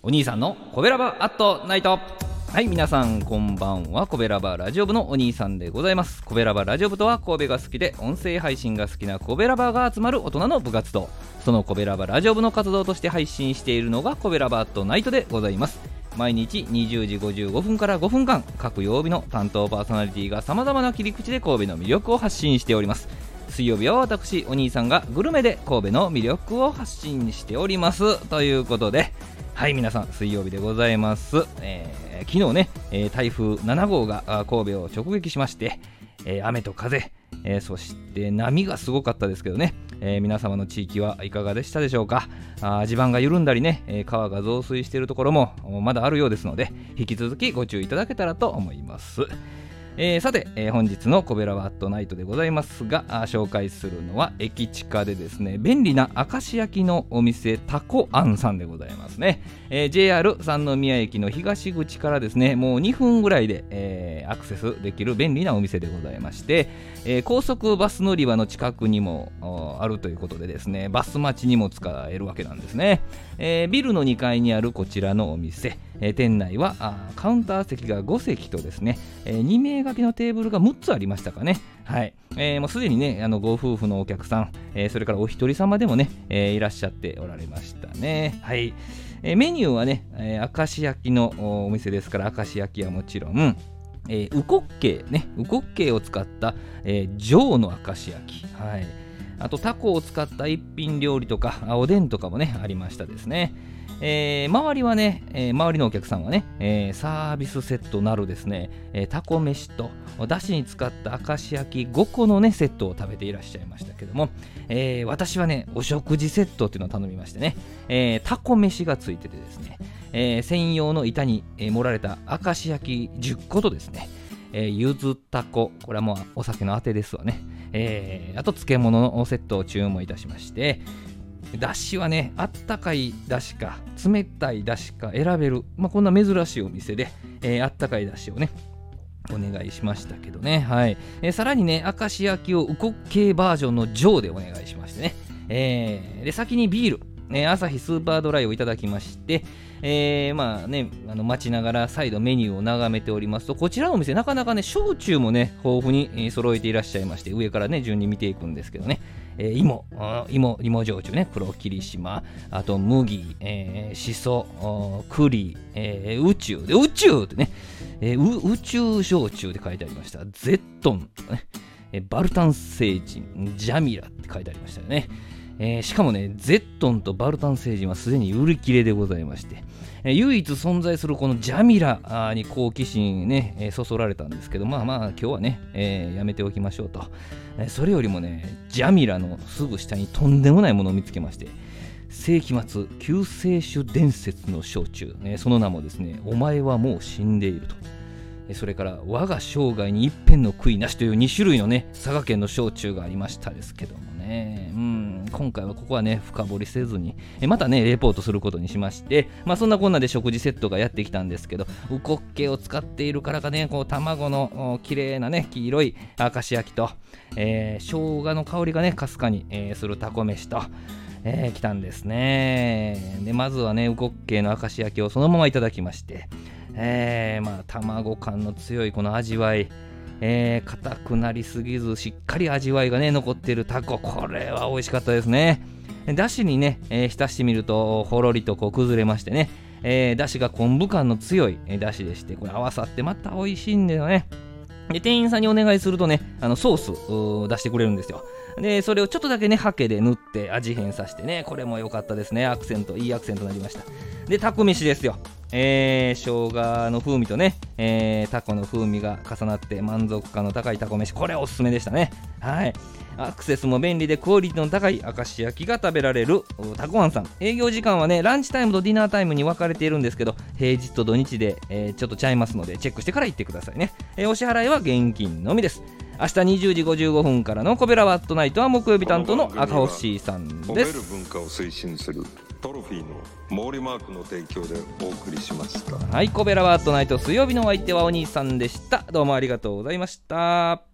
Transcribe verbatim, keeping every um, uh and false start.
お兄さんのコベラバアットナイト。はい、皆さんこんばんは。コベラバラジオ部のお兄さんでございます。コベラバラジオ部とは神戸が好きで音声配信が好きなコベラバが集まる大人の部活動、そのコベラバラジオ部の活動として配信しているのがコベラバアットナイトでございます。毎日にじゅうじごじゅうごふんからごふんかん、各曜日の担当パーソナリティが様々な切り口で神戸の魅力を発信しております。水曜日は私お兄さんがグルメで神戸の魅力を発信しておりますということで、はい、皆さん水曜日でございます。えー、昨日ね、えー、台風なな号が神戸を直撃しまして、えー、雨と風、えー、そして波がすごかったですけどね、えー、皆様の地域はいかがでしたでしょうか。あ、地盤が緩んだりね、えー、川が増水しているところもまだあるようですので、引き続きご注意いただけたらと思います。えー、さて、えー、本日のコベラバアットナイトでございますが、紹介するのは駅地下でですね、便利な明石焼きのお店タコアンさんでございますね。えー、ジェイアール 三宮駅の東口からですね、もうにふんぐらいで、えー、アクセスできる便利なお店でございまして、えー、高速バス乗り場の近くにもあるということでですね、バス待ちにも使えるわけなんですね。えー、ビルのにかいにあるこちらのお店、えー、店内はあカウンター席がごせきとですね、えー、にめい掛けのテーブルがむっつありましたかね。はい、えー、もうすでにね、あのご夫婦のお客さん、えー、それからお一人様でもね、えー、いらっしゃっておられましたね。はい、えー、メニューはね、えー、明石焼きのお店ですから、明石焼きはもちろん、えー、ウコッケイね、ウコッケイを使った、えー、上の明石焼き、はい、あとタコを使った一品料理とかおでんとかもねありましたですね。えー、周りはね、えー、周りのお客さんはね、えー、サービスセットなるですね、えー、タコ飯とだしに使った明石焼きごこのねセットを食べていらっしゃいましたけども、えー、私はねお食事セットっていうのを頼みましてね、えー、タコ飯がついててですね、えー、専用の板に、えー、盛られた明石焼きじゅっことですね、えー、ゆずタコ、これはもうお酒のあてですわね、えー、あと漬物のセットを注文いたしまして、だしはね、あったかいだしか冷たいだしか選べる、まあ、こんな珍しいお店で、えー、あったかいだしをねお願いしましたけどね。はい、えー、さらにね明石焼きをウコッケイバージョンの上でお願いしましてね、えー、で先にビール、えー、アサヒスーパードライをいただきまして、えー、まあねあの待ちながら再度メニューを眺めておりますと、こちらのお店なかなかね焼酎もね豊富に、えー、揃えていらっしゃいまして、上からね順に見ていくんですけどね、えー、芋、芋、芋焼酎ね、黒霧島、あと麦、えー、しそ、栗、えー、宇宙で宇宙ってね、えー、宇宙焼酎って書いてありました。ゼットン、ね、えー、バルタン星人、ジャミラって書いてありましたよね。えー、しかもねゼットンとバルタン星人はすでに売り切れでございまして、えー、唯一存在するこのジャミラに好奇心ね、えー、そそられたんですけど、まあまあ今日はね、えー、やめておきましょうと、えー、それよりもねジャミラのすぐ下にとんでもないものを見つけまして、世紀末救世主伝説の焼酎、えー、その名もですねお前はもう死んでいると、それから我が生涯に一片の悔いなしというにしゅるいのね佐賀県の焼酎がありましたですけどもね、うん、今回はここはね深掘りせずにまたねレポートすることにしまして、まあそんなこんなで食事セットがやってきたんですけど、ウコッケイを使っているからかね、こう卵の綺麗なね黄色い明石焼きと、えー、生姜の香りがねかすかに、えー、するタコ飯と、えー、来たんですね。でまずはねウコッケイの明石焼きをそのままいただきまして、えー、まあ卵感の強いこの味わい、えー、硬くなりすぎずしっかり味わいがね残っているタコ、これは美味しかったですね。だしにね、えー、浸してみるとほろりとこう崩れましてね、えー、だしが昆布感の強いだしでして、これ合わさってまた美味しいんだよね。で店員さんにお願いするとねあのソースを出してくれるんですよ。でそれをちょっとだけねハケで塗って味変させてね、これも良かったですね。アクセント、いいアクセントになりました。でタコ飯ですよ。えー、生姜の風味とね、えー、タコの風味が重なって満足感の高いタコ飯、これおすすめでしたね。はい、アクセスも便利でクオリティの高い明石焼きが食べられるタコワンさん、営業時間はねランチタイムとディナータイムに分かれているんですけど、平日と土日で、えー、ちょっとちゃいますのでチェックしてから行ってくださいね。えー、お支払いは現金のみです。明日にじゅうじごじゅうごふんからのコベラワットナイトは木曜日担当の赤星さんです。 褒める文化を推進するトロフィーの毛利マークの提供でお送りしました。 はい、コベラワットナイト水曜日のお相手はお兄さんでした。どうもありがとうございました。